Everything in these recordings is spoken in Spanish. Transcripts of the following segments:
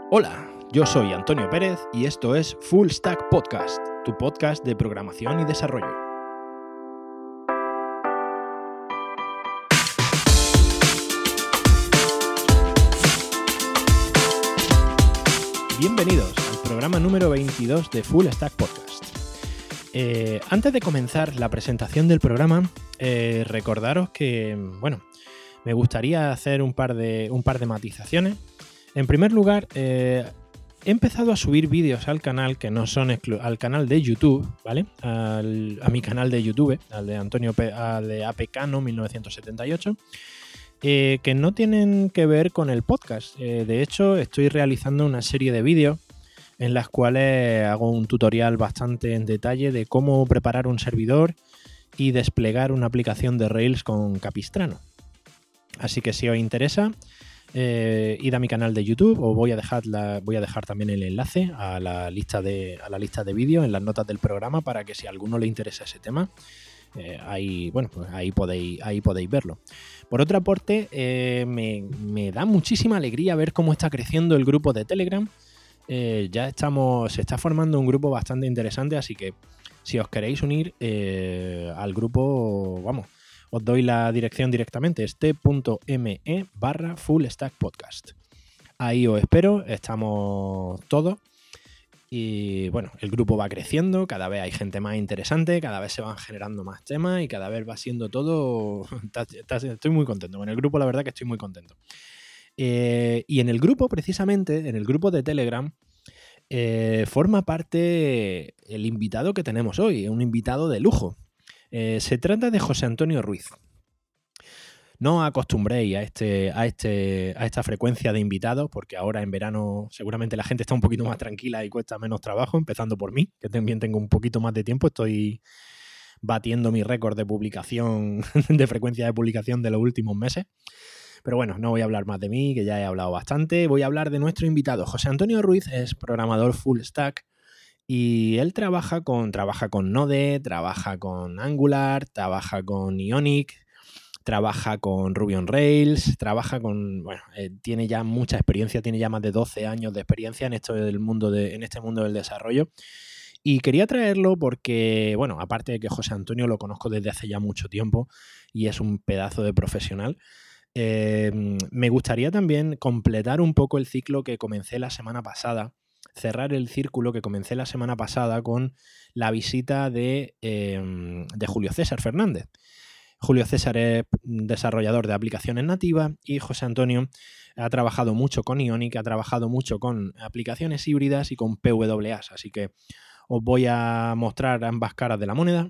Hola, yo soy Antonio Pérez y esto es Full Stack Podcast, tu podcast de programación y desarrollo. Bienvenidos al programa número 22 de Full Stack Podcast. Antes de comenzar la presentación del programa, recordaros que, me gustaría hacer un par de matizaciones. En primer lugar, he empezado a subir vídeos al canal que no son al canal de YouTube, ¿vale? A mi canal de YouTube, al de Antonio al de APCano 1978, que no tienen que ver con el podcast. De hecho, estoy realizando una serie de vídeos en las cuales hago un tutorial bastante en detalle de cómo preparar un servidor y desplegar una aplicación de Rails con Capistrano. Así que si os interesa, id a mi canal de YouTube, os voy a dejar también el enlace a la lista de vídeos en las notas del programa para que si a alguno le interesa ese tema, ahí podéis verlo. Por otra parte, me da muchísima alegría ver cómo está creciendo el grupo de Telegram. Se está formando un grupo bastante interesante, así que si os queréis unir al grupo, os doy la dirección directamente, es t.me/fullstackpodcast. Ahí os espero, estamos todos y el grupo va creciendo, cada vez hay gente más interesante, cada vez se van generando más temas y cada vez va siendo todo... Estoy muy contento, con el grupo la verdad que estoy muy contento. Y en el grupo, precisamente, en el grupo de Telegram, forma parte el invitado que tenemos hoy, un invitado de lujo. Se trata de José Antonio Ruiz. No acostumbréis a esta frecuencia de invitados, porque ahora en verano seguramente la gente está un poquito más tranquila y cuesta menos trabajo, empezando por mí, que también tengo un poquito más de tiempo. Estoy batiendo mi récord de publicación, de frecuencia de publicación de los últimos meses. Pero bueno, no voy a hablar más de mí, que ya he hablado bastante. Voy a hablar de nuestro invitado. José Antonio Ruiz es programador full stack y él trabaja con Node, trabaja con Angular, trabaja con Ionic, trabaja con Ruby on Rails, tiene ya mucha experiencia, tiene ya más de 12 años de experiencia en este mundo del desarrollo. Y quería traerlo porque, aparte de que José Antonio lo conozco desde hace ya mucho tiempo y es un pedazo de profesional, me gustaría también completar un poco el ciclo que comencé la semana pasada, cerrar el círculo que comencé la semana pasada con la visita de Julio César Fernández. Julio César es desarrollador de aplicaciones nativas y José Antonio ha trabajado mucho con Ionic, ha trabajado mucho con aplicaciones híbridas y con PWAs, así que os voy a mostrar ambas caras de la moneda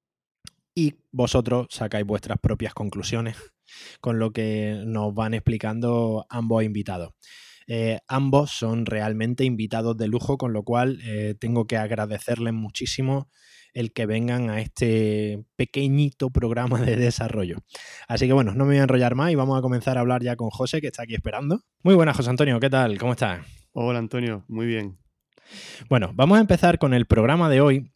y vosotros sacáis vuestras propias conclusiones con lo que nos van explicando ambos invitados. Ambos son realmente invitados de lujo, con lo cual tengo que agradecerles muchísimo el que vengan a este pequeñito programa de desarrollo. Así que no me voy a enrollar más y vamos a comenzar a hablar ya con José, que está aquí esperando. Muy buenas, José Antonio, ¿qué tal? ¿Cómo estás? Hola, Antonio, muy bien. Bueno, vamos a empezar con el programa de hoy.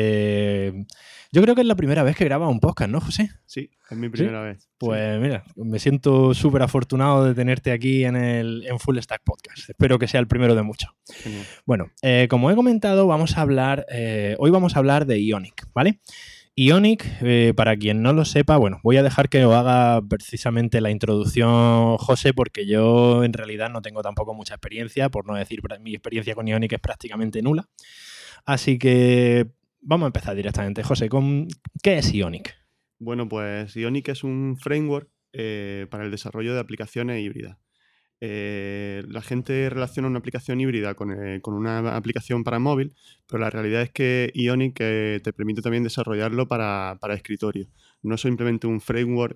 Yo creo que es la primera vez que grabas un podcast, ¿no, José? Sí, es mi primera vez. Pues sí. Mira, me siento súper afortunado de tenerte aquí en Full Stack Podcast. Espero que sea el primero de muchos. Genial. Bueno, como he comentado, hoy vamos a hablar de Ionic, ¿vale? Ionic, para quien no lo sepa, voy a dejar que os haga precisamente la introducción José, porque yo en realidad no tengo tampoco mucha experiencia, por no decir mi experiencia con Ionic es prácticamente nula. Así que vamos a empezar directamente. José, ¿qué es Ionic? Bueno, pues Ionic es un framework para el desarrollo de aplicaciones híbridas. La gente relaciona una aplicación híbrida con una aplicación para móvil, pero la realidad es que Ionic te permite también desarrollarlo para escritorio. No es simplemente un framework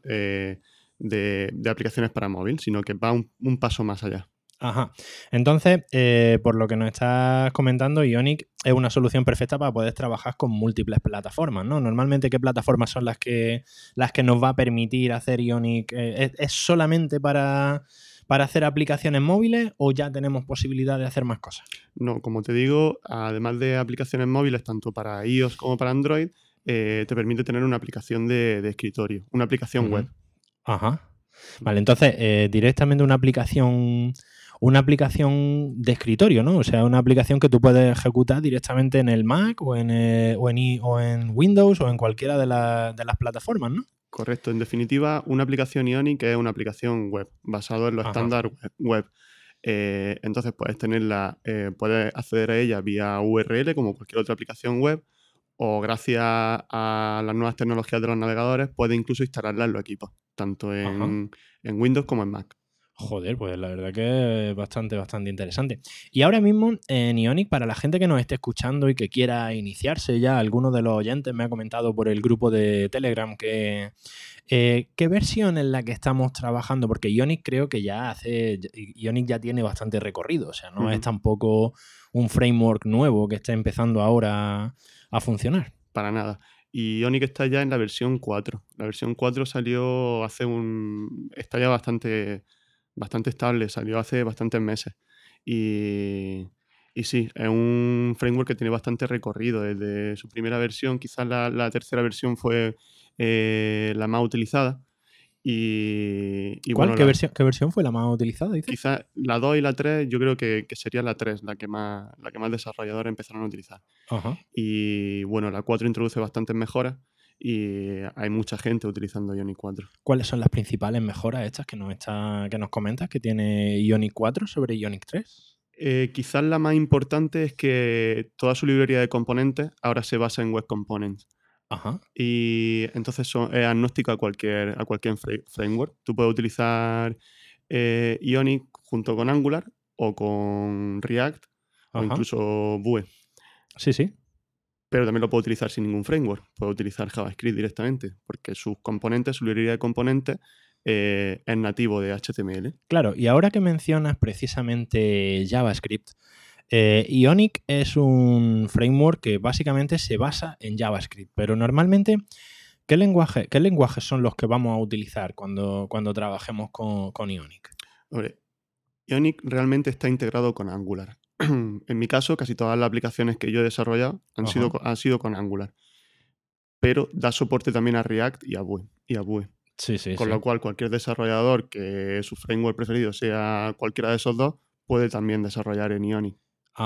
de aplicaciones para móvil, sino que va un paso más allá. Ajá. Entonces, por lo que nos estás comentando, Ionic es una solución perfecta para poder trabajar con múltiples plataformas, ¿no? Normalmente, ¿qué plataformas son las que nos va a permitir hacer Ionic? ¿Es solamente para hacer aplicaciones móviles o ya tenemos posibilidad de hacer más cosas? No, como te digo, además de aplicaciones móviles, tanto para iOS como para Android, te permite tener una aplicación de escritorio, una aplicación web. Ajá. Vale, entonces, directamente una aplicación una aplicación de escritorio, ¿no? O sea, una aplicación que tú puedes ejecutar directamente en el Mac o en Windows o en cualquiera de las plataformas, ¿no? Correcto. En definitiva, una aplicación Ionic es una aplicación web, basado en los estándares web. Entonces puedes acceder a ella vía URL como cualquier otra aplicación web, o gracias a las nuevas tecnologías de los navegadores puedes incluso instalarla en los equipos, tanto en Windows como en Mac. Joder, pues la verdad que es bastante interesante. Y ahora mismo en Ionic, para la gente que nos esté escuchando y que quiera iniciarse ya, alguno de los oyentes me ha comentado por el grupo de Telegram que ¿qué versión es la que estamos trabajando? Porque Ionic creo que Ionic ya tiene bastante recorrido, o sea, no es tampoco un framework nuevo que está empezando ahora a funcionar. Para nada. Y Ionic está ya en la versión 4. La versión 4 salió está ya bastante estable, salió hace bastantes meses. Y sí, es un framework que tiene bastante recorrido. Desde su primera versión, quizás la tercera versión fue la más utilizada. ¿Cuál? ¿Qué versión fue la más utilizada, dices? Quizás la 2 y la 3, yo creo que sería la 3 la que más desarrolladores empezaron a utilizar. Y bueno, la 4 introduce bastantes mejoras y hay mucha gente utilizando Ionic 4. ¿Cuáles son las principales mejoras estas que nos comentas que tiene Ionic 4 sobre Ionic 3? Quizás la más importante es que toda su librería de componentes ahora se basa en Web Components. Y entonces es agnóstico a cualquier framework. Tú puedes utilizar Ionic junto con Angular o con React o incluso Vue. Sí. Pero también lo puedo utilizar sin ningún framework. Puedo utilizar JavaScript directamente, porque su librería de componentes es nativo de HTML. Claro, y ahora que mencionas precisamente JavaScript, Ionic es un framework que básicamente se basa en JavaScript, pero normalmente, ¿qué lenguajes son los que vamos a utilizar cuando trabajemos con Ionic? Hombre, Ionic realmente está integrado con Angular. En mi caso, casi todas las aplicaciones que yo he desarrollado han sido con Angular. Pero da soporte también a React y a Vue. Con lo cual, cualquier desarrollador que su framework preferido sea cualquiera de esos dos, puede también desarrollar en Ionic.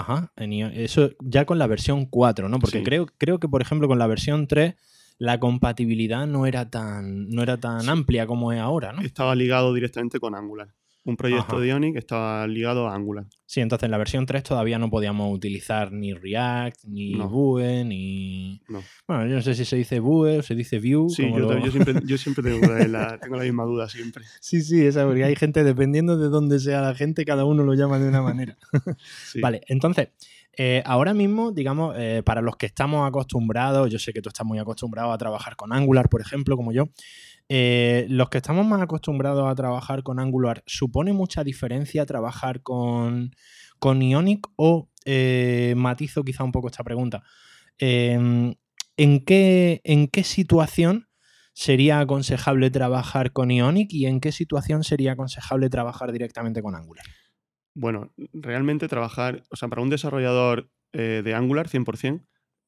Eso ya con la versión 4, ¿no? Porque creo que, por ejemplo, con la versión 3 la compatibilidad no era tan amplia como es ahora, ¿no? Estaba ligado directamente con Angular. Un proyecto de Ionic estaba ligado a Angular. Sí, entonces en la versión 3 todavía no podíamos utilizar ni React, ni Vue, ni... No. Bueno, yo no sé si se dice Vue o se dice Vue. Sí, yo siempre tengo la misma duda siempre. Sí, esa, porque hay gente, dependiendo de dónde sea la gente, cada uno lo llama de una manera. Sí. Vale, entonces, ahora mismo, digamos, para los que estamos acostumbrados, yo sé que tú estás muy acostumbrado a trabajar con Angular, por ejemplo, como yo, los que estamos más acostumbrados a trabajar con Angular, ¿supone mucha diferencia trabajar con Ionic? O matizo quizá un poco esta pregunta. ¿En qué situación sería aconsejable trabajar con Ionic y en qué situación sería aconsejable trabajar directamente con Angular? Bueno, realmente para un desarrollador de Angular 100%,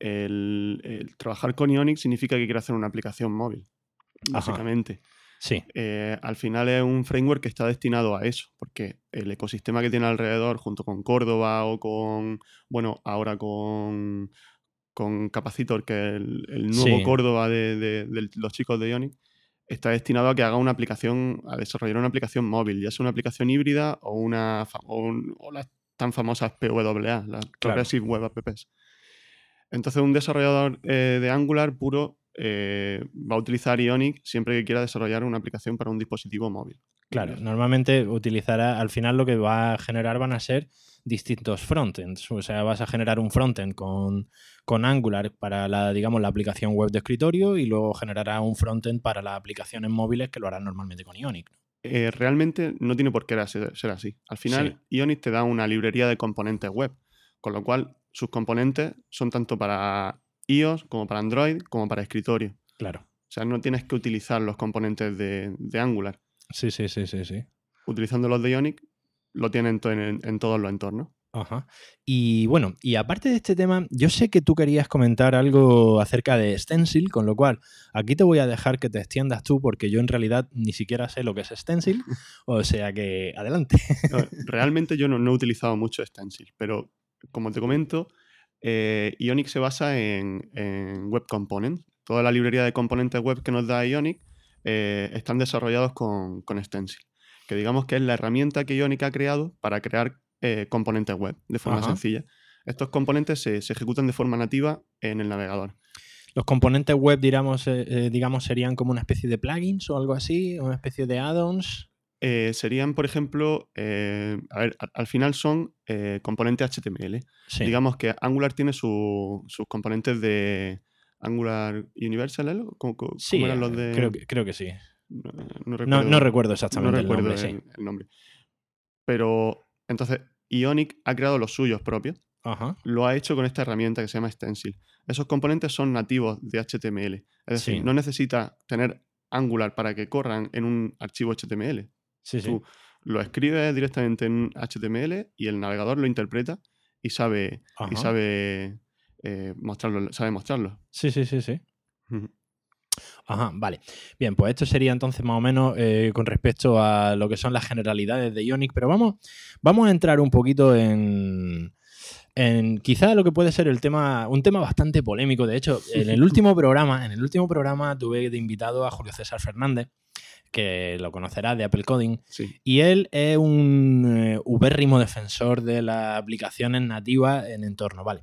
el trabajar con Ionic significa que quiere hacer una aplicación móvil. Básicamente. Sí. Al final es un framework que está destinado a eso, porque el ecosistema que tiene alrededor, junto con Córdoba o ahora con Capacitor, que es el nuevo Córdoba de los chicos de Ionic, está destinado a que haga a desarrollar una aplicación móvil, ya sea una aplicación híbrida o las tan famosas PWA, las Progressive Web Apps. Entonces, un desarrollador de Angular puro va a utilizar Ionic siempre que quiera desarrollar una aplicación para un dispositivo móvil. Claro, normalmente utilizará, al final lo que va a generar van a ser distintos frontends. O sea, vas a generar un frontend con Angular para la aplicación web de escritorio y luego generará un frontend para las aplicaciones móviles que lo harán normalmente con Ionic. Realmente no tiene por qué ser así. Al final, Ionic te da una librería de componentes web, con lo cual sus componentes son tanto para iOS como para Android como para escritorio. Claro. O sea, no tienes que utilizar los componentes de Angular. Sí. Utilizando los de Ionic, lo tienen en todos los entornos. Ajá. Y bueno, y aparte de este tema, yo sé que tú querías comentar algo acerca de Stencil, con lo cual aquí te voy a dejar que te extiendas tú porque yo en realidad ni siquiera sé lo que es Stencil, o sea que adelante. Realmente yo no he utilizado mucho Stencil, pero como te comento, Ionic se basa en Web Components. Toda la librería de componentes web que nos da Ionic están desarrollados con Stencil, que digamos que es la herramienta que Ionic ha creado para crear componentes web de forma Ajá. sencilla. Estos componentes se ejecutan de forma nativa en el navegador. Los componentes web, digamos, serían como una especie de plugins o algo así, una especie de add-ons. Serían, por ejemplo, al final son componentes HTML. Sí. Digamos que Angular tiene sus componentes de Angular Universal, ¿cómo Sí, eran los de...? creo que sí. No, No recuerdo no exactamente el recuerdo nombre, sí. el nombre. Pero entonces Ionic ha creado los suyos propios. Ajá. Lo ha hecho con esta herramienta que se llama Stencil. Esos componentes son nativos de HTML. Es decir, Sí. no necesita tener Angular para que corran en un archivo HTML. Sí, sí. Tú lo escribes directamente en HTML y el navegador lo interpreta y sabe Ajá. mostrarlo. Sí, sí, sí, sí. Ujú. Ajá, vale. Bien, pues esto sería entonces más o menos con respecto a lo que son las generalidades de Ionic, pero vamos a entrar un poquito en quizá lo que puede ser un tema bastante polémico. De hecho, en el último programa tuve de invitado a Julio César Fernández, que lo conocerá de Apple Coding, Sí. y él es un ubérrimo defensor de las aplicaciones nativas en entorno, ¿vale?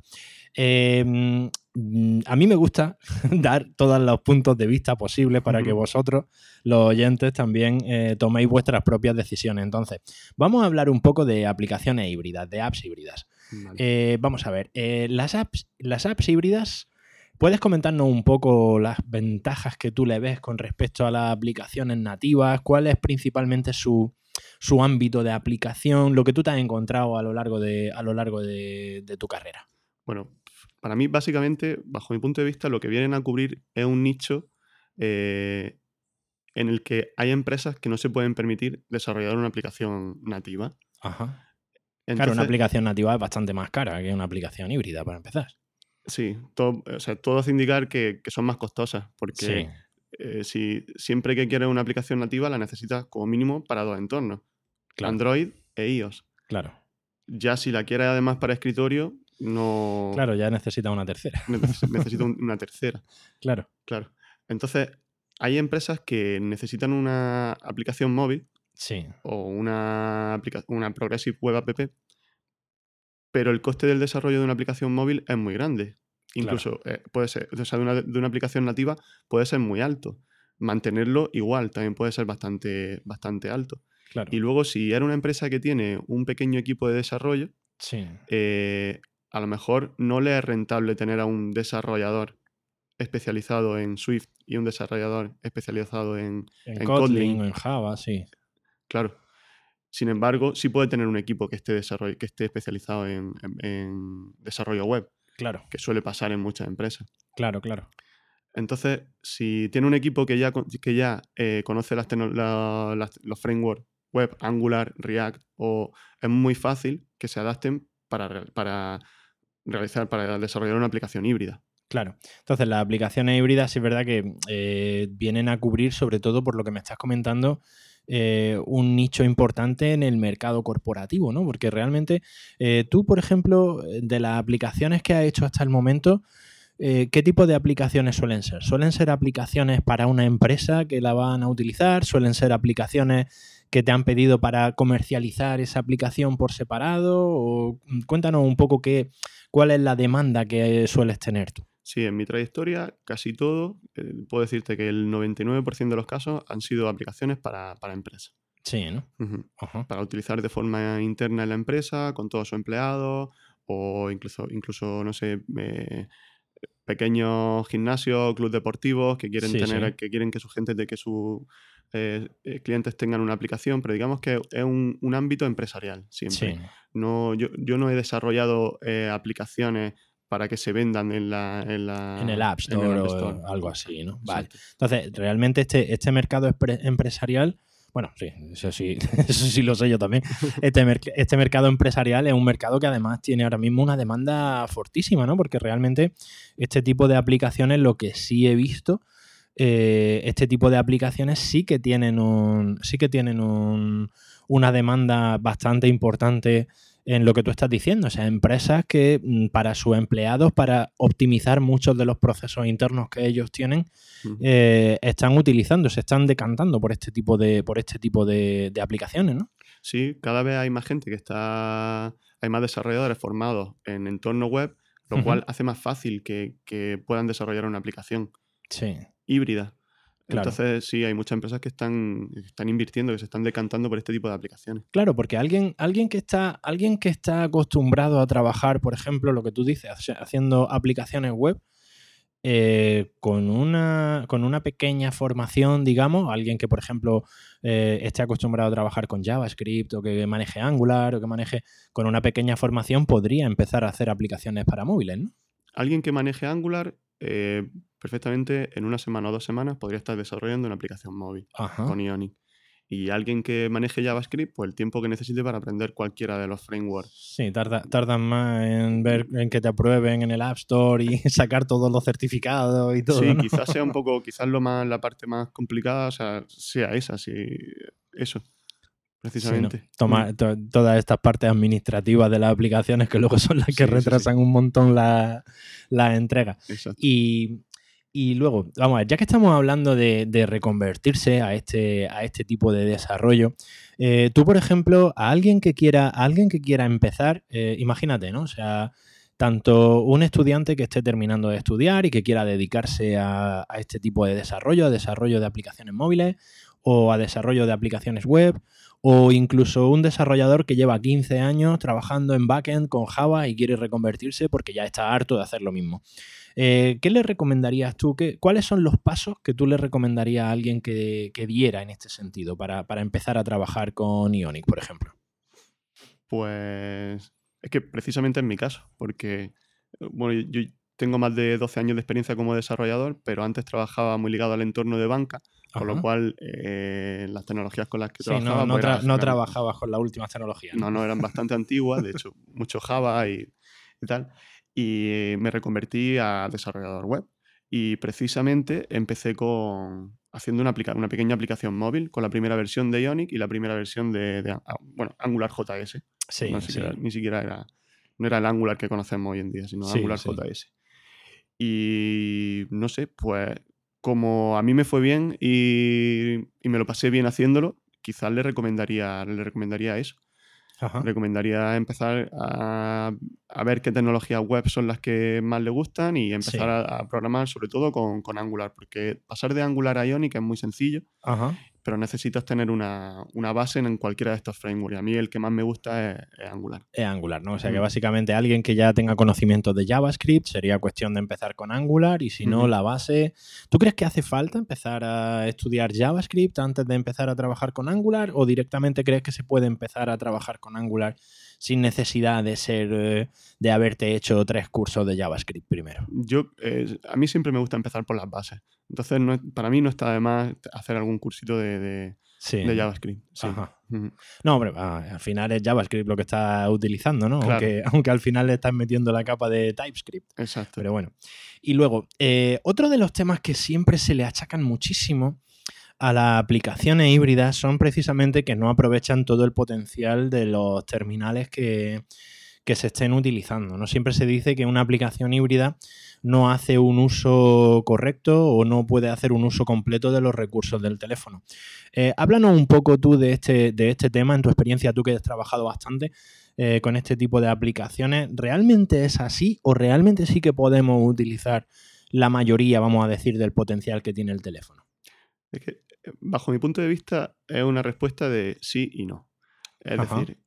A mí me gusta dar todos los puntos de vista posibles para que vosotros, los oyentes, también toméis vuestras propias decisiones. Entonces, vamos a hablar un poco de aplicaciones híbridas, de apps híbridas. Vale. Vamos a ver, las apps híbridas, ¿puedes comentarnos un poco las ventajas que tú le ves con respecto a las aplicaciones nativas? ¿Cuál es principalmente su ámbito de aplicación, lo que tú te has encontrado a lo largo de tu carrera? Bueno, para mí, básicamente, bajo mi punto de vista, lo que vienen a cubrir es un nicho en el que hay empresas que no se pueden permitir desarrollar una aplicación nativa. Ajá. Claro, una Entonces, aplicación nativa es bastante más cara que una aplicación híbrida, para empezar. sí, todo hace indicar que son más costosas, porque Sí, si siempre que quieres una aplicación nativa la necesitas como mínimo para dos entornos, claro, Android e iOS. claro. Ya si la quieres además para escritorio, no Claro, ya necesita una tercera. necesita una tercera. Claro. Claro. Entonces, hay empresas que necesitan una aplicación móvil Sí, o una Progressive Web App, pero el coste del desarrollo de una aplicación móvil es muy grande. claro, Incluso puede ser, o sea, de una aplicación nativa puede ser muy alto. Mantenerlo igual también puede ser bastante alto. claro. Y luego, si era una empresa que tiene un pequeño equipo de desarrollo, Sí. a lo mejor no le es rentable tener a un desarrollador especializado en Swift y un desarrollador especializado En en Kotlin o Kotlin. en Java, sí. Claro. Sin embargo, sí puede tener un equipo que esté especializado en desarrollo web, Claro, que suele pasar en muchas empresas. claro, claro. Entonces, si tiene un equipo que ya conoce los frameworks web, Angular, React, es muy fácil que se adapten para desarrollar una aplicación híbrida. Claro. Entonces, las aplicaciones híbridas sí es verdad que vienen a cubrir, sobre todo por lo que me estás comentando, un nicho importante en el mercado corporativo, ¿no? Porque realmente tú, por ejemplo, de las aplicaciones que has hecho hasta el momento, ¿qué tipo de aplicaciones suelen ser? ¿Suelen ser aplicaciones para una empresa que la van a utilizar? ¿Suelen ser aplicaciones que te han pedido para comercializar esa aplicación por separado? O cuéntanos un poco cuál es la demanda que sueles tener tú. Sí, en mi trayectoria casi todo, puedo decirte que el 99% de los casos han sido aplicaciones para empresas. Sí, ¿no? Ujú. Ajá. Para utilizar de forma interna en la empresa, con todos sus empleados, o incluso no sé, pequeños gimnasios, clubes deportivos que quieren Sí, sí. que quieren que su gente, de que sus clientes tengan una aplicación, pero digamos que es un ámbito empresarial siempre. Sí. No, yo no he desarrollado aplicaciones para que se vendan En el App en el Store App Store. o algo así, ¿no? Vale. Exacto. Entonces, realmente este mercado empresarial Bueno, sí, eso sí, eso sí lo sé yo también. Este mercado empresarial es un mercado que además tiene ahora mismo una demanda fortísima, ¿no? Porque realmente este tipo de aplicaciones, lo que sí he visto, este tipo de aplicaciones sí que tienen una demanda bastante importante en lo que tú estás diciendo. O sea, empresas que para sus empleados, para optimizar muchos de los procesos internos que ellos tienen, están utilizando, se están decantando por este tipo de aplicaciones, ¿no? Sí, cada vez hay más gente hay más desarrolladores formados en entorno web, lo cual hace más fácil que puedan desarrollar una aplicación híbrida. Claro. Entonces, sí, hay muchas empresas que están invirtiendo, que se están decantando por este tipo de aplicaciones. Claro, porque alguien que está acostumbrado a trabajar, por ejemplo, lo que tú dices, haciendo aplicaciones web, con una pequeña formación, digamos, alguien que, por ejemplo, esté acostumbrado a trabajar con JavaScript o que maneje Angular o que maneje con una pequeña formación, podría empezar a hacer aplicaciones para móviles, ¿no? Alguien que maneje Angular, perfectamente en una semana o 2 semanas podría estar desarrollando una aplicación móvil con Ionic. Y alguien que maneje JavaScript, pues el tiempo que necesite para aprender cualquiera de los frameworks. Sí, tardan más en que te aprueben en el App Store y sacar todos los certificados y todo, Sí, ¿no? quizás sea un poco, la parte más complicada, o sea, sea esa, sí, eso, precisamente. Sí, ¿no? Todas estas partes administrativas de las aplicaciones que luego son las que retrasan un montón la entrega. Exacto. Y luego, vamos a ver, ya que estamos hablando de reconvertirse a este tipo de desarrollo, tú, por ejemplo, a alguien que quiera empezar, imagínate, ¿no? O sea, tanto un estudiante que esté terminando de estudiar y que quiera dedicarse a este tipo de desarrollo, a desarrollo de aplicaciones móviles o a desarrollo de aplicaciones web, o incluso un desarrollador que lleva 15 años trabajando en backend con Java y quiere reconvertirse porque ya está harto de hacer lo mismo. ¿Qué le recomendarías tú? ¿Cuáles son los pasos que tú le recomendarías a alguien que diera en este sentido para empezar a trabajar con Ionic, por ejemplo? Pues es que precisamente en mi caso, porque bueno, yo tengo más de 12 años de experiencia como desarrollador, pero antes trabajaba muy ligado al entorno de banca, con lo cual las tecnologías con las que trabajaba... No trabajabas con las últimas tecnologías. No, eran bastante antiguas, de hecho, mucho Java y tal. Y me reconvertí a desarrollador web. Y precisamente empecé haciendo una pequeña aplicación móvil con la primera versión de Ionic y la primera versión de Angular JS. Sí, Ni siquiera no era el Angular que conocemos hoy en día, sino Angular JS. Y no sé, pues como a mí me fue bien y me lo pasé bien haciéndolo, quizás le recomendaría eso. Recomendaría empezar a ver qué tecnologías web son las que más le gustan y empezar a programar sobre todo con Angular, porque pasar de Angular a Ionic es muy sencillo, pero necesitas tener una base en cualquiera de estos frameworks. Y a mí el que más me gusta es Angular. Es Angular, ¿no? O sea que básicamente alguien que ya tenga conocimientos de JavaScript sería cuestión de empezar con Angular y si no, la base... ¿Tú crees que hace falta empezar a estudiar JavaScript antes de empezar a trabajar con Angular o directamente crees que se puede empezar a trabajar con Angular sin necesidad de haberte hecho 3 cursos de JavaScript primero? A mí siempre me gusta empezar por las bases. Entonces, para mí no está de más hacer algún cursito de JavaScript. Sí. No, hombre, al final es JavaScript lo que estás utilizando, ¿no? Claro. Aunque al final le estás metiendo la capa de TypeScript. Exacto. Pero bueno. Y luego, otro de los temas que siempre se le achacan muchísimo a las aplicaciones híbridas son precisamente que no aprovechan todo el potencial de los terminales que se estén utilizando, ¿no? Siempre se dice que una aplicación híbrida no hace un uso correcto o no puede hacer un uso completo de los recursos del teléfono. Háblanos un poco tú de este tema, en tu experiencia, tú que has trabajado bastante con este tipo de aplicaciones. ¿Realmente es así o realmente sí que podemos utilizar la mayoría, vamos a decir, del potencial que tiene el teléfono? Es que, bajo mi punto de vista, es una respuesta de sí y no. Es decir,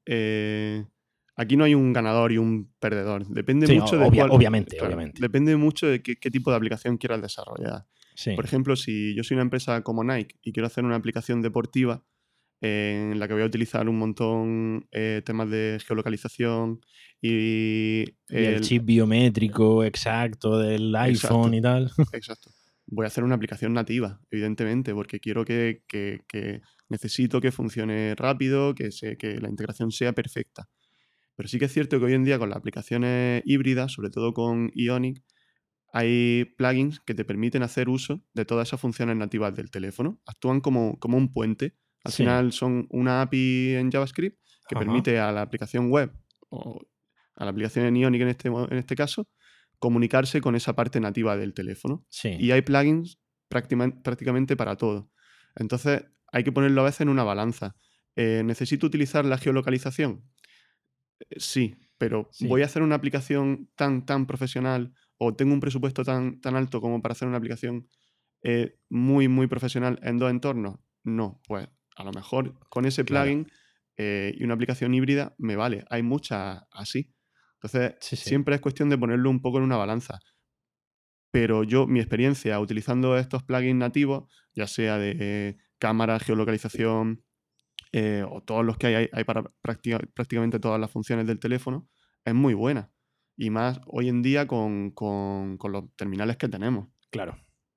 aquí no hay un ganador y un perdedor. Depende mucho de obviamente. Depende mucho de qué tipo de aplicación quieras desarrollar. Sí. Por ejemplo, si yo soy una empresa como Nike y quiero hacer una aplicación deportiva en la que voy a utilizar un montón temas de geolocalización y el chip biométrico exacto del iPhone y tal. Exacto. voy a hacer una aplicación nativa, evidentemente, porque quiero que necesito que funcione rápido, que la integración sea perfecta. Pero sí que es cierto que hoy en día con las aplicaciones híbridas, sobre todo con Ionic, hay plugins que te permiten hacer uso de todas esas funciones nativas del teléfono. Actúan como un puente. Al Sí. final son una API en JavaScript que Ajá. permite a la aplicación web o a la aplicación en Ionic en este caso comunicarse con esa parte nativa del teléfono. Sí. Y hay plugins prácticamente para todo. Entonces hay que ponerlo a veces en una balanza. ¿Necesito utilizar la geolocalización? Sí, pero Sí. ¿voy a hacer una aplicación tan profesional o tengo un presupuesto tan alto como para hacer una aplicación muy profesional en dos entornos? No, pues a lo mejor con ese Claro. plugin y una aplicación híbrida me vale. Hay muchas así. Entonces, Sí. siempre es cuestión de ponerlo un poco en una balanza. Pero mi experiencia utilizando estos plugins nativos, ya sea de cámara, geolocalización, o todos los que hay para prácticamente todas las funciones del teléfono, es muy buena. Y más hoy en día con los terminales que tenemos. Claro.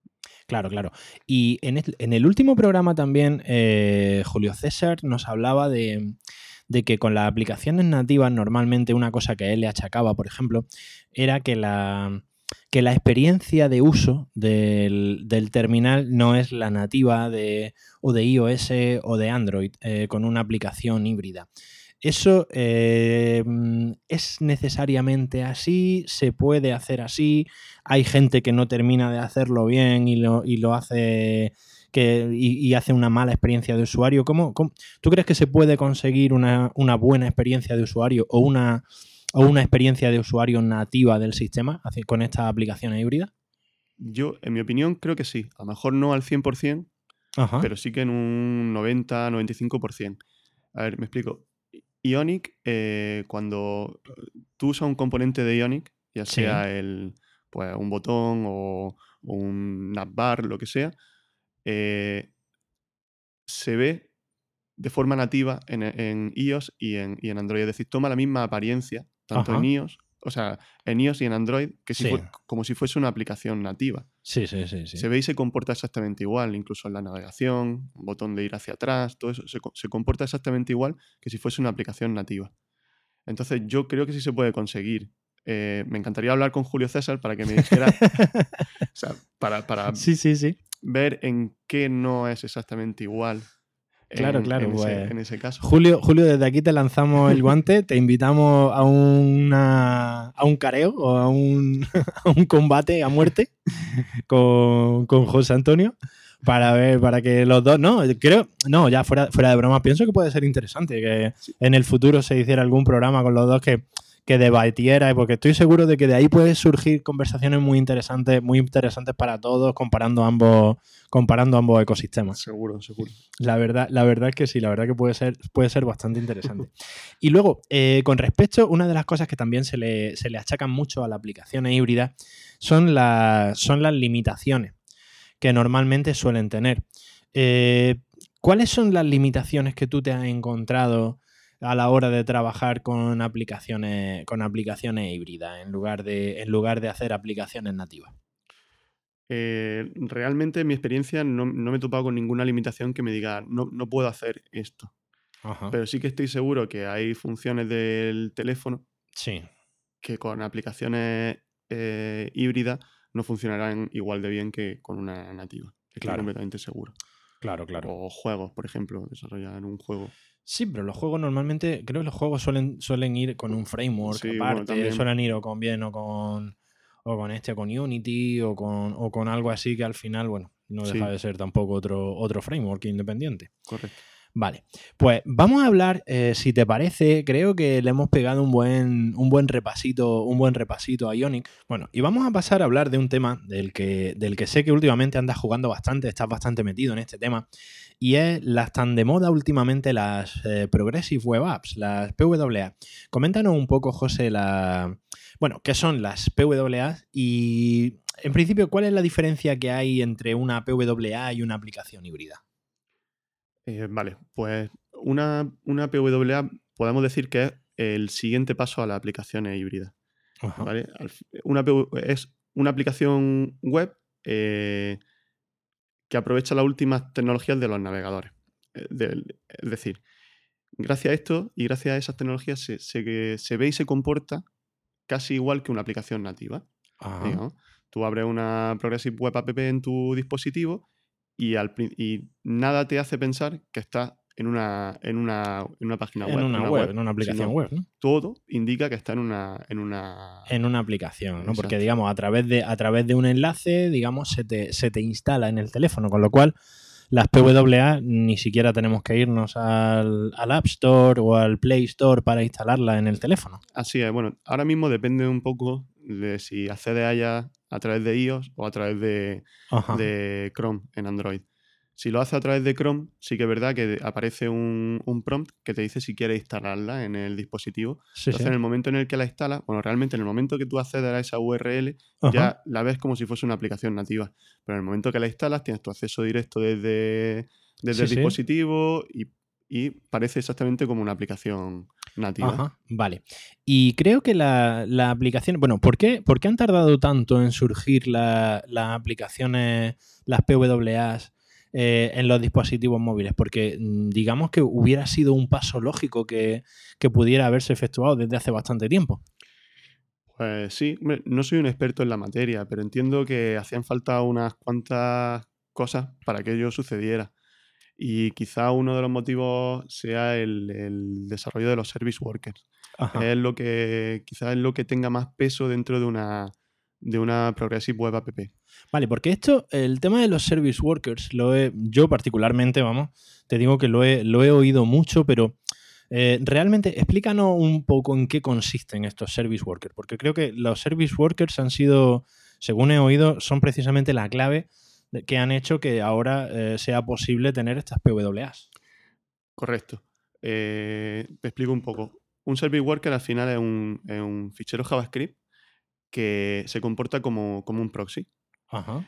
Y en el último programa también Julio César nos hablaba de que con las aplicaciones nativas normalmente una cosa que él le achacaba, por ejemplo, era que la experiencia de uso del terminal no es la nativa o de iOS o de Android con una aplicación híbrida. ¿Eso es necesariamente así? ¿Se puede hacer así? ¿Hay gente que no termina de hacerlo bien y lo hace y hace una mala experiencia de usuario? ¿Tú crees que se puede conseguir una buena experiencia de usuario o una experiencia de usuario nativa del sistema con estas aplicaciones híbridas? Yo, en mi opinión, creo que sí. A lo mejor no al 100%, Ajá. pero sí que en un 90-95%. A ver, me explico. Ionic, cuando tú usas un componente de Ionic, ya Sí. sea pues, un botón o un navbar, lo que sea, se ve de forma nativa en iOS y en Android. Es decir, toma la misma apariencia, tanto Ajá. en iOS, o sea, en iOS y en Android, que Sí. como si fuese una aplicación nativa. Sí. Se ve y se comporta exactamente igual, incluso en la navegación, un botón de ir hacia atrás, todo eso se comporta exactamente igual que si fuese una aplicación nativa. Entonces yo creo que sí se puede conseguir. Me encantaría hablar con Julio César para que me dijera, o sea, para Sí. ver en qué no es exactamente igual Claro, pues en ese caso. Julio, desde aquí te lanzamos el guante, te invitamos a un careo o a un combate a muerte con José Antonio para que los dos, ya fuera de broma, pienso que puede ser interesante que en el futuro se hiciera algún programa con los dos que debatiera, porque estoy seguro de que de ahí pueden surgir conversaciones muy interesantes para todos, comparando ambos ecosistemas. Seguro. La verdad es que sí, la verdad que puede ser bastante interesante. Y luego, con respecto, una de las cosas que también se le achacan mucho a las aplicaciones híbridas son las limitaciones que normalmente suelen tener. ¿Cuáles son las limitaciones que tú te has encontrado a la hora de trabajar con aplicaciones híbridas en lugar de hacer aplicaciones nativas? Realmente en mi experiencia no me he topado con ninguna limitación que me diga no puedo hacer esto. Ajá. Pero sí que estoy seguro que hay funciones del teléfono Sí. que con aplicaciones híbridas no funcionarán igual de bien que con una nativa. Estoy completamente seguro. Claro. O juegos, por ejemplo, desarrollar un juego. Sí, pero los juegos normalmente, creo que los juegos suelen ir con un framework Sí, aparte, bueno, suelen ir o con con Unity o con algo así que al final, bueno, no deja de ser tampoco otro framework independiente. Correcto. Vale, pues vamos a hablar, si te parece, creo que le hemos pegado un buen repasito a Ionic. Bueno, y vamos a pasar a hablar de un tema del que sé que últimamente andas jugando bastante, estás bastante metido en este tema, y es las tan de moda últimamente las Progressive Web Apps, las PWA. Coméntanos un poco, José, qué son las PWA y, en principio, cuál es la diferencia que hay entre una PWA y una aplicación híbrida. Vale, pues una PWA podemos decir que es el siguiente paso a las aplicaciones híbridas. ¿Vale? Es una aplicación web que aprovecha las últimas tecnologías de los navegadores. Es decir, gracias a esto y gracias a esas tecnologías se ve y se comporta casi igual que una aplicación nativa. Ajá. Digamos. Tú abres una Progressive Web App en tu dispositivo y nada te hace pensar que estás en una página web. En una aplicación web, ¿no? Todo indica que está en una aplicación, ¿no? Exacto. Porque, digamos, a través de un enlace, digamos, se te instala en el teléfono, con lo cual las PWA ni siquiera tenemos que irnos al App Store o al Play Store para instalarla en el teléfono. Así es. Bueno, ahora mismo depende un poco de si accedes a ella a través de iOS o a través de Chrome en Android. Si lo haces a través de Chrome, sí que es verdad que aparece un prompt que te dice si quieres instalarla en el dispositivo. Sí, Entonces, en el momento en el que la instalas, bueno, realmente en el momento que tú accedes a esa URL, Ajá. ya la ves como si fuese una aplicación nativa. Pero en el momento que la instalas, tienes tu acceso directo desde el dispositivo y parece exactamente como una aplicación nativa. Ajá, vale. Y creo que la aplicación... Bueno, ¿por qué han tardado tanto en surgir las aplicaciones, las PWAs, en los dispositivos móviles? Porque digamos que hubiera sido un paso lógico que pudiera haberse efectuado desde hace bastante tiempo. Pues sí, hombre, no soy un experto en la materia, pero entiendo que hacían falta unas cuantas cosas para que ello sucediera. Y quizá uno de los motivos sea el desarrollo de los service workers. Ajá. Quizás es lo que tenga más peso dentro de una Progressive Web App. Vale, porque el tema de los service workers, yo particularmente, vamos, te digo que lo he oído mucho, pero realmente explícanos un poco en qué consisten estos service workers, porque creo que los service workers han sido, según he oído, son precisamente la clave que han hecho que ahora sea posible tener estas PWAs. Correcto. Te explico un poco. Un service worker al final es un fichero JavaScript que se comporta como un proxy. Ajá.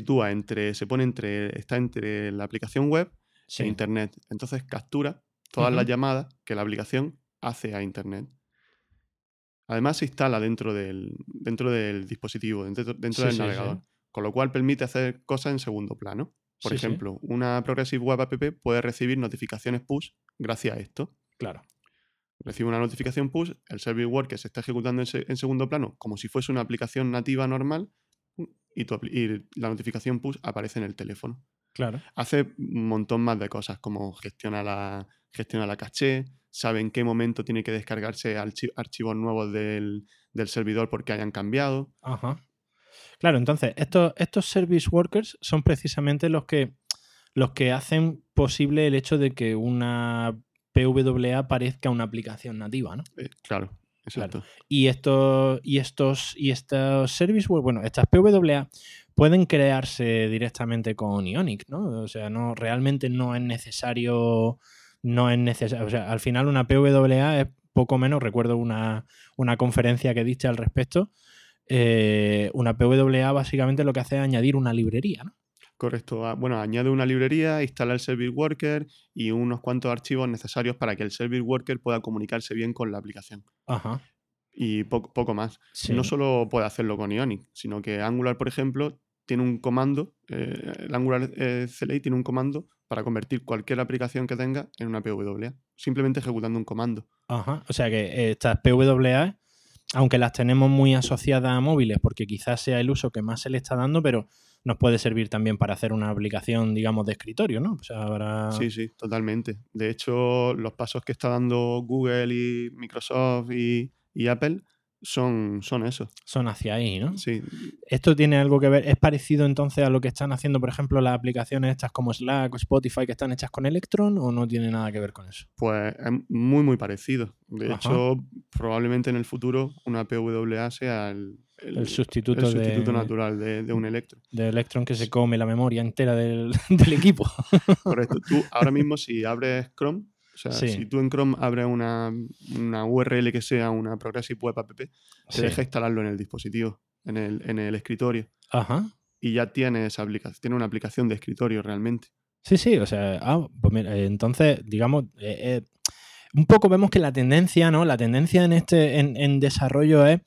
Está entre la aplicación web e Internet. Entonces captura todas las llamadas que la aplicación hace a Internet. Además se instala dentro del dispositivo, dentro del navegador. Con lo cual permite hacer cosas en segundo plano. Por ejemplo, una Progressive Web App puede recibir notificaciones push gracias a esto. Claro. Recibe una notificación push, el service worker se está ejecutando en segundo plano como si fuese una aplicación nativa normal y la notificación push aparece en el teléfono. Claro. Hace un montón más de cosas, como gestiona la caché, sabe en qué momento tiene que descargarse archivos nuevos del servidor porque hayan cambiado. Ajá. Claro, entonces, estos service workers son precisamente los que hacen posible el hecho de que una PWA parezca una aplicación nativa, ¿no? Claro, exacto. Claro. Y estos service workers, bueno, estas PWA pueden crearse directamente con Ionic, ¿no? O sea, realmente no es necesario. O sea, al final una PWA es poco menos, recuerdo una conferencia que diste al respecto. Una PWA básicamente lo que hace es añadir una librería, ¿no? Correcto. Bueno, añade una librería, instala el service worker y unos cuantos archivos necesarios para que el service worker pueda comunicarse bien con la aplicación. Ajá. Y poco más. Sí. No solo puede hacerlo con Ionic, sino que Angular, por ejemplo, tiene un comando, el Angular CLI tiene un comando para convertir cualquier aplicación que tenga en una PWA, simplemente ejecutando un comando. Ajá. O sea que estas PWA, aunque las tenemos muy asociadas a móviles, porque quizás sea el uso que más se le está dando, pero nos puede servir también para hacer una aplicación, digamos, de escritorio, ¿no? O sea, Sí, totalmente. De hecho, los pasos que está dando Google y Microsoft y Apple son esos. Son hacia ahí, ¿no? Sí. ¿Esto tiene algo que ver? ¿Es parecido entonces a lo que están haciendo, por ejemplo, las aplicaciones estas como Slack o Spotify que están hechas con Electron, o no tiene nada que ver con eso? Pues es muy, muy parecido. De hecho, probablemente en el futuro una PWA sea el sustituto natural de un Electron. De Electron que se come la memoria entera del equipo. Correcto. Tú ahora mismo si abres Chrome, o sea, si tú en Chrome abres una URL que sea una Progressive Web App, te deja instalarlo en el dispositivo, en el escritorio. Ajá. Y ya tiene una aplicación de escritorio realmente. Sí, o sea, pues mira, entonces, digamos, un poco vemos que la tendencia, ¿no? La tendencia en desarrollo es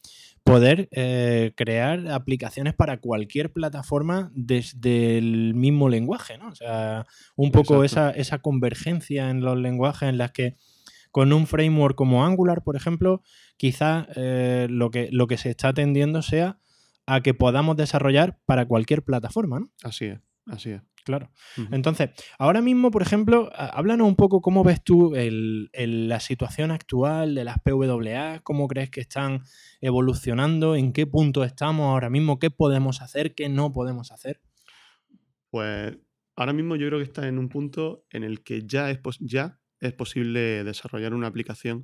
poder crear aplicaciones para cualquier plataforma desde el mismo lenguaje, ¿no? O sea, un poco esa convergencia en los lenguajes en las que con un framework como Angular, por ejemplo, quizás lo que se está tendiendo sea a que podamos desarrollar para cualquier plataforma, ¿no? Así es. Claro. Entonces, ahora mismo, por ejemplo, háblanos un poco cómo ves tú la situación actual de las PWA, cómo crees que están evolucionando, en qué punto estamos ahora mismo, qué podemos hacer, qué no podemos hacer. Pues ahora mismo yo creo que está en un punto en el que ya es posible desarrollar una aplicación,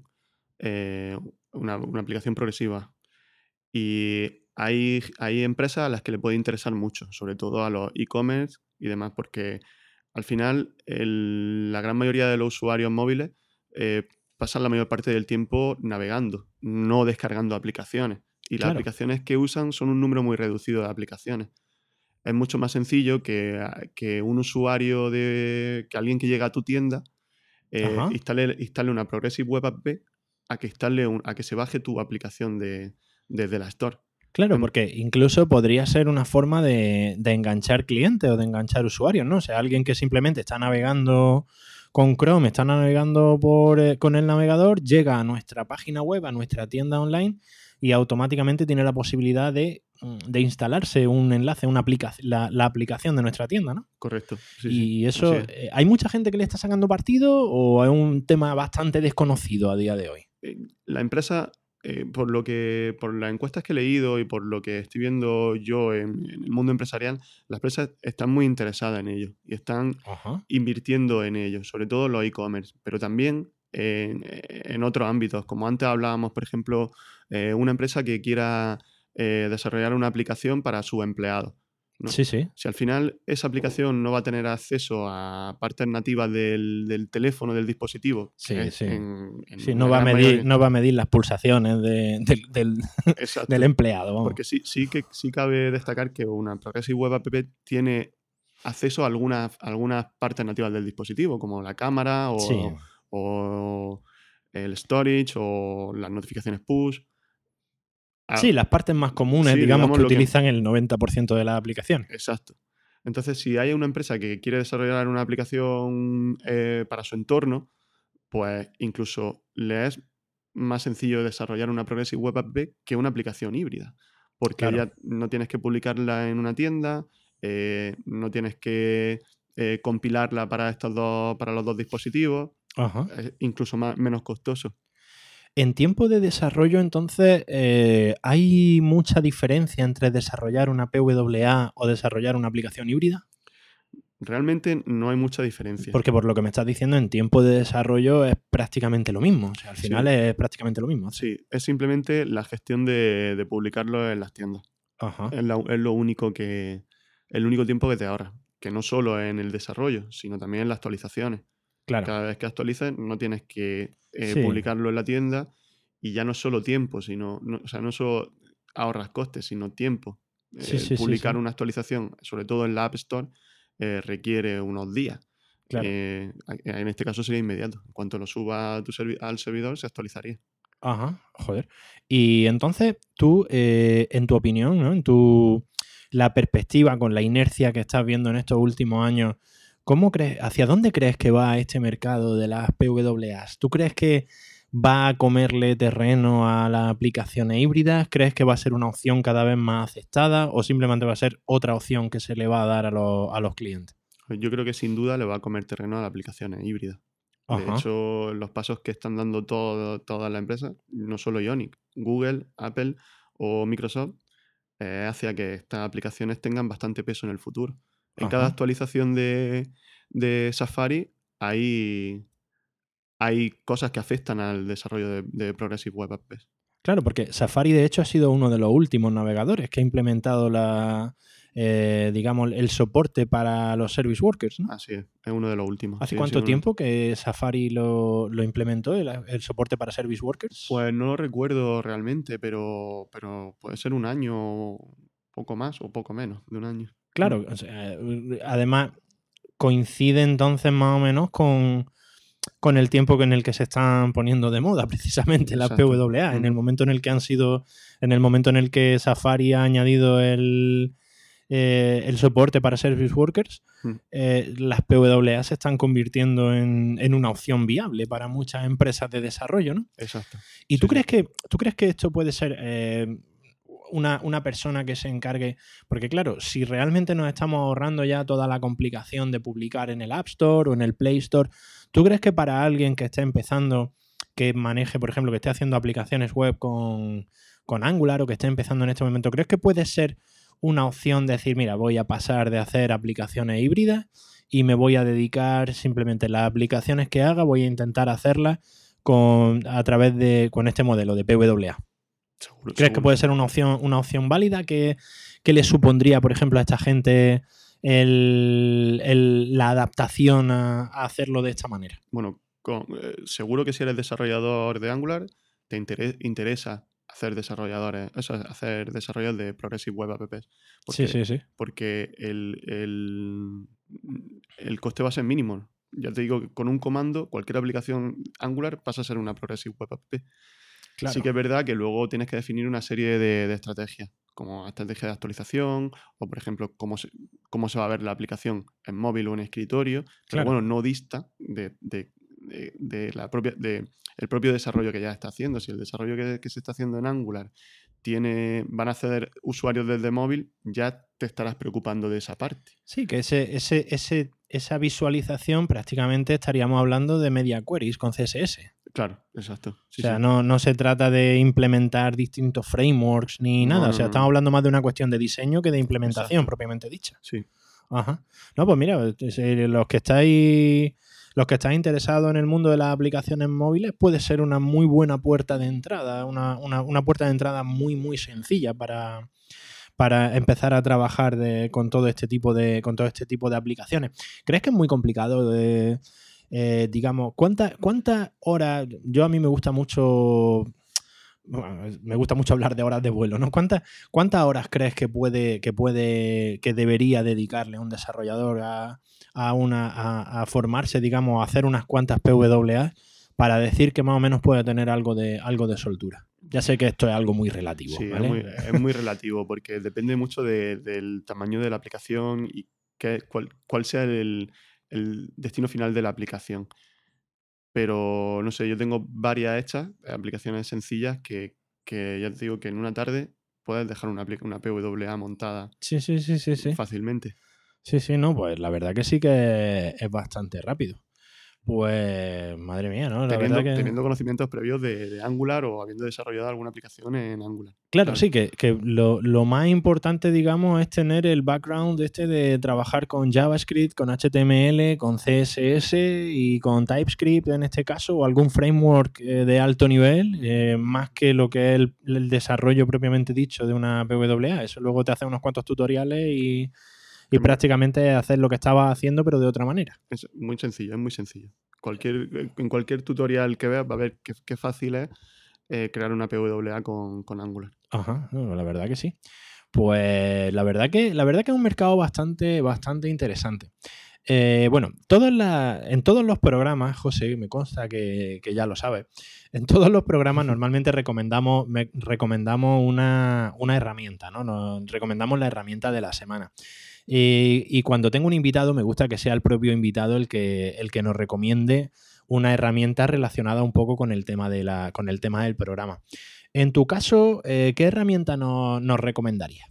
una aplicación progresiva. Y hay empresas a las que le puede interesar mucho, sobre todo a los e-commerce y demás, porque al final la gran mayoría de los usuarios móviles pasan la mayor parte del tiempo navegando, no descargando aplicaciones. Y las aplicaciones que usan son un número muy reducido de aplicaciones. Es mucho más sencillo que un usuario, que alguien que llega a tu tienda instale una Progressive Web App a que se baje tu aplicación desde la Store. Claro, porque incluso podría ser una forma de enganchar clientes o de enganchar usuarios, ¿no? O sea, alguien que simplemente está navegando con Chrome, está navegando con el navegador, llega a nuestra página web, a nuestra tienda online y automáticamente tiene la posibilidad de instalarse un enlace, la aplicación de nuestra tienda, ¿no? Correcto. Y eso, ¿hay mucha gente que le está sacando partido o es un tema bastante desconocido a día de hoy? La empresa, por las encuestas que he leído y por lo que estoy viendo yo en el mundo empresarial, las empresas están muy interesadas en ello y están invirtiendo en ello, sobre todo los e-commerce, pero también en otros ámbitos. Como antes hablábamos, por ejemplo, una empresa que quiera desarrollar una aplicación para sus empleados, ¿no? Sí. Si al final esa aplicación no va a tener acceso a partes nativas del teléfono, del dispositivo, no va a medir las pulsaciones del empleado. Vamos. Porque sí cabe destacar que una Progressive Web App tiene acceso a algunas partes nativas del dispositivo, como la cámara o el storage o las notificaciones push. Sí, las partes más comunes, digamos que utilizan el 90% de las aplicaciones. Exacto. Entonces, si hay una empresa que quiere desarrollar una aplicación para su entorno, pues incluso le es más sencillo desarrollar una Progressive Web App que una aplicación híbrida. Porque ya no tienes que publicarla en una tienda, no tienes que compilarla para los dos dispositivos, es incluso menos costoso. En tiempo de desarrollo, entonces, ¿hay mucha diferencia entre desarrollar una PWA o desarrollar una aplicación híbrida? Realmente no hay mucha diferencia. Porque por lo que me estás diciendo, en tiempo de desarrollo es prácticamente lo mismo. O sea, al final es prácticamente lo mismo. Sí, es simplemente la gestión de publicarlo en las tiendas. Es lo único el único tiempo que te ahorra. Que no solo en el desarrollo, sino también en las actualizaciones. Claro. Cada vez que actualices no tienes que publicarlo en la tienda y ya no es solo tiempo, no solo ahorras costes, sino tiempo. Publicar una actualización, sobre todo en la App Store, requiere unos días. Claro. En este caso sería inmediato. En cuanto lo suba al servidor, se actualizaría. Joder. Y entonces tú, en tu opinión, ¿no? La perspectiva con la inercia que estás viendo en estos últimos años, ¿hacia dónde crees que va este mercado de las PWAs? ¿Tú crees que va a comerle terreno a las aplicaciones híbridas? ¿Crees que va a ser una opción cada vez más aceptada o simplemente va a ser otra opción que se le va a dar a los clientes? Yo creo que sin duda le va a comer terreno a las aplicaciones híbridas. De hecho, los pasos que están dando todas las empresas, no solo Ionic, Google, Apple o Microsoft, hacia que estas aplicaciones tengan bastante peso en el futuro. En cada actualización de Safari hay cosas que afectan al desarrollo de Progressive Web Apps. Claro, porque Safari de hecho ha sido uno de los últimos navegadores que ha implementado el soporte para los service workers, ¿no? Así es uno de los últimos. ¿Hace cuánto tiempo que Safari lo implementó, el soporte para service workers? Pues no lo recuerdo realmente, pero puede ser un año, poco más o poco menos de un año. Claro, o sea, además coincide entonces más o menos con con el tiempo en el que se están poniendo de moda precisamente las Exacto. PWA. En el momento en el que en el momento en el que Safari ha añadido el soporte para Service Workers, Mm. las PWA se están convirtiendo en una opción viable para muchas empresas de desarrollo, ¿no? Exacto. ¿Y Sí, tú sí. crees que esto puede ser una persona que se encargue? Porque claro, si realmente nos estamos ahorrando ya toda la complicación de publicar en el App Store o en el Play Store, ¿tú crees que para alguien que esté empezando, que maneje, por ejemplo, que esté haciendo aplicaciones web con Angular o que esté empezando en este momento, ¿crees que puede ser una opción decir, mira, voy a pasar de hacer aplicaciones híbridas y me voy a dedicar simplemente las aplicaciones que haga, voy a intentar hacerlas con este modelo de PWA? Seguro, ¿Crees que seguro. puede ser una opción válida que le supondría, por ejemplo, a esta gente la adaptación a hacerlo de esta manera? Bueno, seguro que si eres desarrollador de Angular, te interesa hacer hacer desarrollos de Progressive Web Apps. Sí, Porque, sí, sí. porque el coste va a ser mínimo. Ya te digo que con un comando, cualquier aplicación Angular pasa a ser una Progressive Web App. Sí Claro. que es verdad que luego tienes que definir una serie de estrategias, como estrategia de actualización o, por ejemplo, cómo se va a ver la aplicación en móvil o en escritorio, pero Claro. bueno, no dista el propio desarrollo que ya está haciendo. Si el desarrollo que se está haciendo en Angular van a acceder usuarios desde móvil, ya te estarás preocupando de esa parte. Sí, que esa visualización prácticamente estaríamos hablando de media queries con CSS. Claro, exacto. O Sí, sea, sí. no se trata de implementar distintos frameworks ni No, nada. O no, sea, no, estamos no. hablando más de una cuestión de diseño que de implementación Exacto. propiamente dicha. Sí. Ajá. No, pues mira, los que estáis interesados en el mundo de las aplicaciones móviles, puede ser una muy buena puerta de entrada, una puerta de entrada muy, muy sencilla para empezar a trabajar con todo este tipo de aplicaciones. ¿Crees que es muy complicado digamos, cuántas horas? A mí me gusta mucho. Bueno, me gusta mucho hablar de horas de vuelo, ¿no? ¿Cuántas horas crees que debería dedicarle un desarrollador a formarse, digamos, a hacer unas cuantas PWA para decir que más o menos puede tener algo de soltura? Ya sé que esto es algo muy relativo, Sí, ¿vale? es muy relativo porque depende mucho del tamaño de la aplicación y cuál sea el destino final de la aplicación. Pero no sé, yo tengo varias hechas, aplicaciones sencillas que ya te digo que en una tarde puedes dejar una PWA montada Sí, sí, sí, sí, sí. fácilmente. Sí, sí, no, pues la verdad que sí que es bastante rápido. Pues, madre mía, ¿no? La verdad que... Teniendo conocimientos previos de Angular o habiendo desarrollado alguna aplicación en Angular. Claro, Claro, sí, que lo más importante, digamos, es tener el background de trabajar con JavaScript, con HTML, con CSS y con TypeScript en este caso, o algún framework de alto nivel, más que lo que es el desarrollo propiamente dicho de una PWA. Eso luego te hace unos cuantos tutoriales y es, mu- prácticamente hacer lo que estabas haciendo, pero de otra manera. es muy sencillo, es muy sencillo. En cualquier tutorial que veas va a ver qué fácil es crear una PWA con Angular. Ajá, no, la verdad que sí. Pues la verdad que es un mercado bastante, bastante interesante. Bueno, en todos los programas, José, me consta que ya lo sabes, en todos los programas normalmente recomendamos una herramienta, ¿no? Nos recomendamos la herramienta de la semana. Y cuando tengo un invitado, me gusta que sea el propio invitado el que nos recomiende una herramienta relacionada un poco con el tema con el tema del programa. En tu caso, ¿qué herramienta nos recomendarías?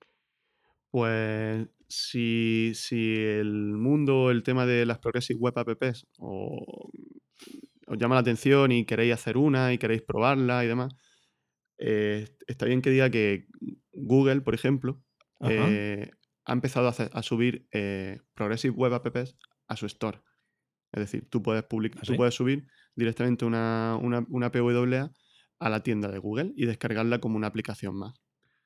Pues si el tema de las Progressive Web Apps os llama la atención y queréis hacer una y queréis probarla y demás, está bien que diga que Google, por ejemplo, Ajá, ha empezado a subir Progressive Web Apps a su store. Es decir, tú así. puedes subir directamente una PWA a la tienda de Google y descargarla como una aplicación más.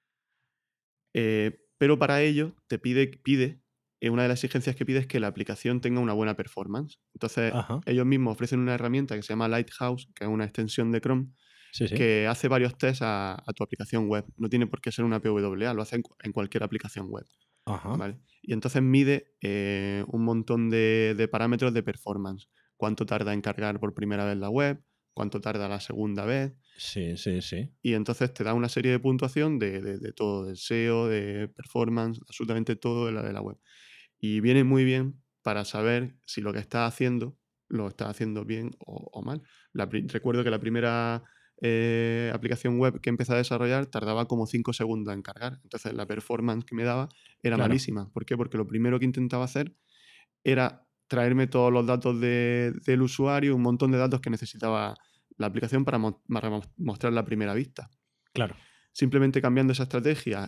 Pero para ello una de las exigencias que pide es que la aplicación tenga una buena performance. Entonces, Ajá, ellos mismos ofrecen una herramienta que se llama Lighthouse, que es una extensión de Chrome, sí, sí. que hace varios tests a tu aplicación web. No tiene por qué ser una PWA, lo hace en cualquier aplicación web. Ajá, ¿Vale? Y entonces mide un montón de parámetros de performance. cuánto tarda en cargar por primera vez la web, cuánto tarda la segunda vez. Sí. Y entonces te da una serie de puntuación de todo, del SEO, de performance, absolutamente todo de la web. Y viene muy bien para saber si lo que estás haciendo lo estás haciendo bien o mal. Recuerdo que la primera aplicación web que empecé a desarrollar tardaba como 5 segundos en cargar. Entonces la performance que me daba era malísima. ¿Por qué? Porque lo primero que intentaba hacer era traerme todos los datos del usuario, un montón de datos que necesitaba la aplicación para mostrar la primera vista. Claro. Simplemente cambiando esa estrategia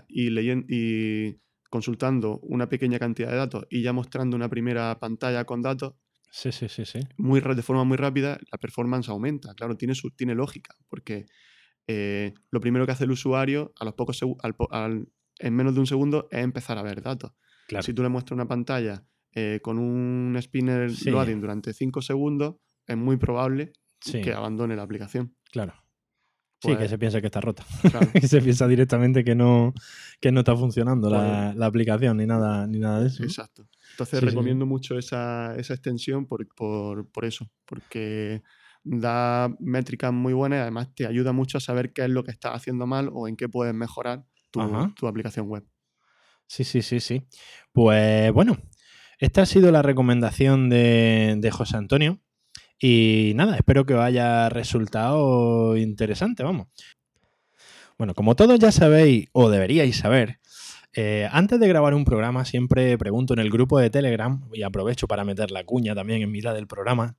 y consultando una pequeña cantidad de datos y ya mostrando una primera pantalla con datos, Sí. de forma muy rápida, la performance aumenta. Claro, tiene lógica, porque lo primero que hace el usuario a los pocos en menos de un segundo es empezar a ver datos. Claro. Si tú le muestras una pantalla con un spinner loading durante 5 segundos, es muy probable que abandone la aplicación. Claro. Pues, sí, que se piensa que está rota. Claro. Que se piensa directamente que no está funcionando la aplicación ni nada de eso. Exacto. Entonces recomiendo mucho esa extensión por eso, porque da métricas muy buenas y además te ayuda mucho a saber qué es lo que estás haciendo mal o en qué puedes mejorar tu aplicación web. Sí. Pues bueno, esta ha sido la recomendación de José Antonio. Y nada, espero que os haya resultado interesante, vamos. Bueno, como todos ya sabéis, o deberíais saber, antes de grabar un programa siempre pregunto en el grupo de Telegram, y aprovecho para meter la cuña también en mitad del programa,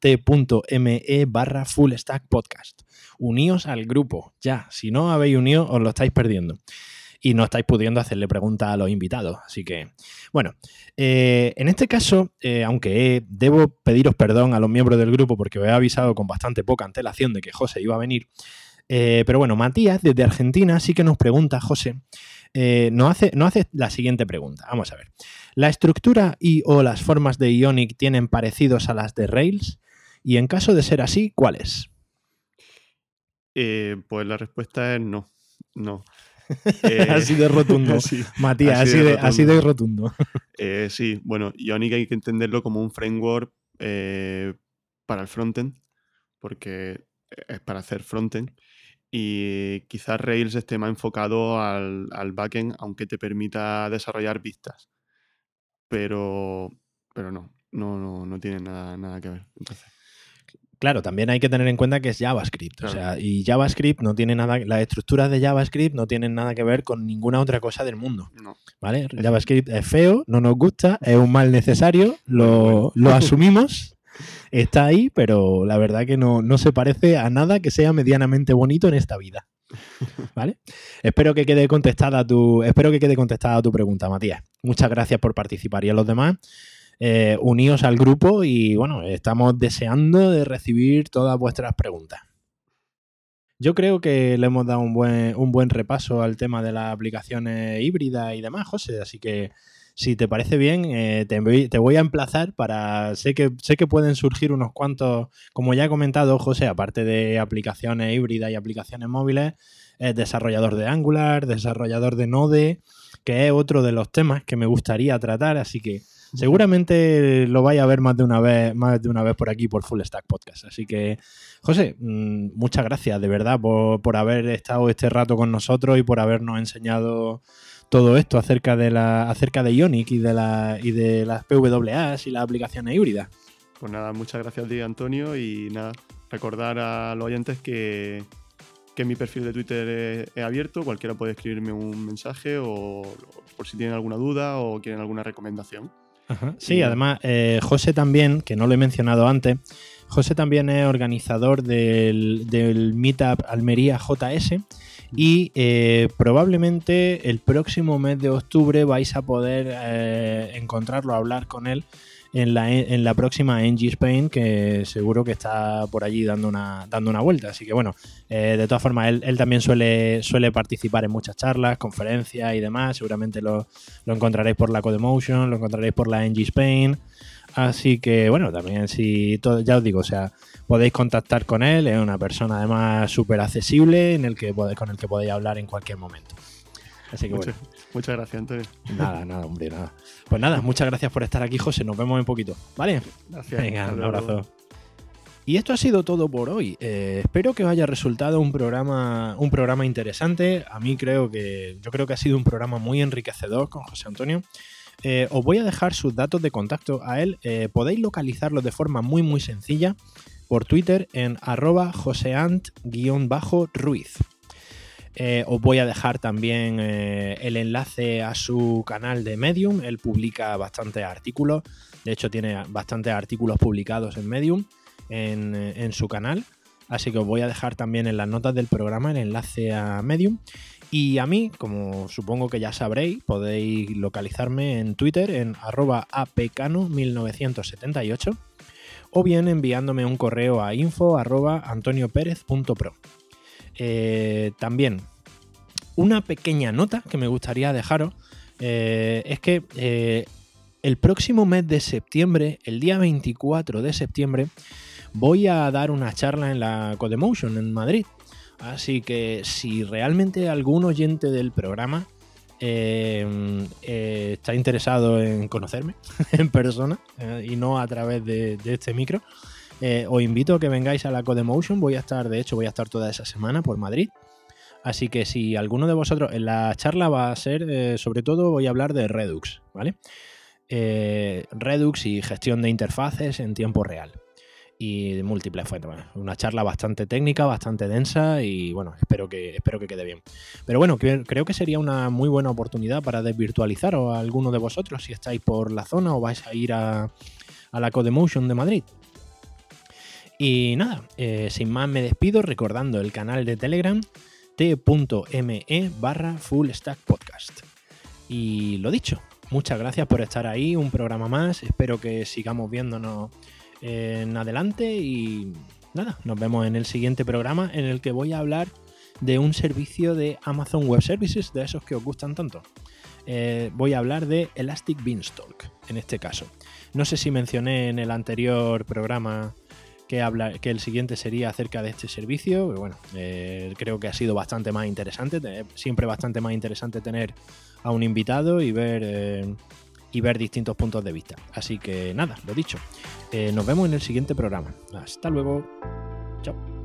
t.me/fullstackpodcast. Uníos al grupo, ya. Si no habéis unido, os lo estáis perdiendo. Y no estáis pudiendo hacerle preguntas a los invitados. Así que, bueno, en este caso, aunque debo pediros perdón a los miembros del grupo porque os he avisado con bastante poca antelación de que José iba a venir, pero bueno, Matías, desde Argentina, sí que nos pregunta, José, nos hace la siguiente pregunta. Vamos a ver. ¿La estructura y o las formas de Ionic tienen parecidos a las de Rails? Y en caso de ser así, ¿cuáles? Pues la respuesta es no. No. Así de rotundo. Sí, Matías, así de rotundo. Sí, bueno, Ionic hay que entenderlo como un framework para el frontend, porque es para hacer frontend. Y quizás Rails esté más enfocado al backend, aunque te permita desarrollar vistas. Pero no tiene nada que ver. Entonces. Claro, también hay que tener en cuenta que es JavaScript. Claro. O sea, y JavaScript no tiene nada. Las estructuras de JavaScript no tienen nada que ver con ninguna otra cosa del mundo. No. ¿Vale? JavaScript es feo, no nos gusta, es un mal necesario, lo asumimos, está ahí, pero la verdad que no se parece a nada que sea medianamente bonito en esta vida. ¿Vale? Espero que quede contestada tu pregunta, Matías. Muchas gracias por participar. Y a los demás, uníos al grupo y bueno, estamos deseando de recibir todas vuestras preguntas. Yo creo que le hemos dado un buen repaso al tema de las aplicaciones híbridas y demás, José, así que si te parece bien, te voy a emplazar para... Sé que pueden surgir unos cuantos, como ya he comentado, José, aparte de aplicaciones híbridas y aplicaciones móviles, es desarrollador de Angular, desarrollador de Node, que es otro de los temas que me gustaría tratar, así que seguramente lo vais a ver más de una vez por aquí, por Full Stack Podcast. Así que, José, muchas gracias de verdad por haber estado este rato con nosotros y por habernos enseñado todo esto acerca de Ionic y de las PWAs y las aplicaciones híbridas. Pues nada, muchas gracias a ti, Antonio, y nada, recordar a los oyentes que mi perfil de Twitter es abierto, cualquiera puede escribirme un mensaje o por si tienen alguna duda o quieren alguna recomendación. Ajá. Sí, además, José también, que no lo he mencionado antes, José también es organizador del Meetup Almería JS y probablemente el próximo mes de octubre vais a poder encontrarlo, hablar con él en la próxima NG Spain, que seguro que está por allí dando una vuelta. Así que bueno, de todas formas, él también suele participar en muchas charlas, conferencias y demás. Seguramente lo encontraréis por la Codemotion, lo encontraréis por la NG Spain. Así que bueno, también ya os digo, o sea, podéis contactar con él. Es una persona además súper accesible con el que podéis hablar en cualquier momento. Así que muchas gracias, Antonio. Nada, hombre, nada. Pues nada, muchas gracias por estar aquí, José. Nos vemos en poquito, ¿vale? Gracias. Venga, un abrazo. Y esto ha sido todo por hoy. Espero que os haya resultado un programa interesante. Yo creo que ha sido un programa muy enriquecedor con José Antonio. Os voy a dejar sus datos de contacto a él. Podéis localizarlo de forma muy muy sencilla por Twitter en @joseant_ruiz. Os voy a dejar también el enlace a su canal de Medium. Él publica bastantes artículos. De hecho, tiene bastantes artículos publicados en Medium en su canal. Así que os voy a dejar también en las notas del programa el enlace a Medium. Y a mí, como supongo que ya sabréis, podéis localizarme en Twitter en @apcano1978 o bien enviándome un correo a info@antonioperez.pro. También, una pequeña nota que me gustaría dejaros es que el próximo mes de septiembre, el día 24 de septiembre, voy a dar una charla en la Codemotion en Madrid. Así que si realmente algún oyente del programa está interesado en conocerme en persona y no a través de este micro, os invito a que vengáis a la Codemotion. Voy a estar toda esa semana por Madrid. Así que si alguno de vosotros, en la charla va a ser, sobre todo voy a hablar de Redux, ¿vale? Redux y gestión de interfaces en tiempo real. Y de múltiples fuentes. Bueno, una charla bastante técnica, bastante densa y bueno, espero que quede bien. Pero bueno, creo que sería una muy buena oportunidad para desvirtualizaros a alguno de vosotros si estáis por la zona o vais a ir a la Codemotion de Madrid. Y nada, sin más me despido recordando el canal de Telegram t.me/fullstackpodcast. Y lo dicho, muchas gracias por estar ahí, un programa más, espero que sigamos viéndonos en adelante y nada, nos vemos en el siguiente programa en el que voy a hablar de un servicio de Amazon Web Services, de esos que os gustan tanto. Voy a hablar de Elastic Beanstalk en este caso. No sé si mencioné en el anterior programa que el siguiente sería acerca de este servicio, pero bueno, creo que ha sido bastante más interesante, siempre bastante más interesante tener a un invitado y ver distintos puntos de vista. Así que nada, lo dicho, nos vemos en el siguiente programa. Hasta luego. Chao.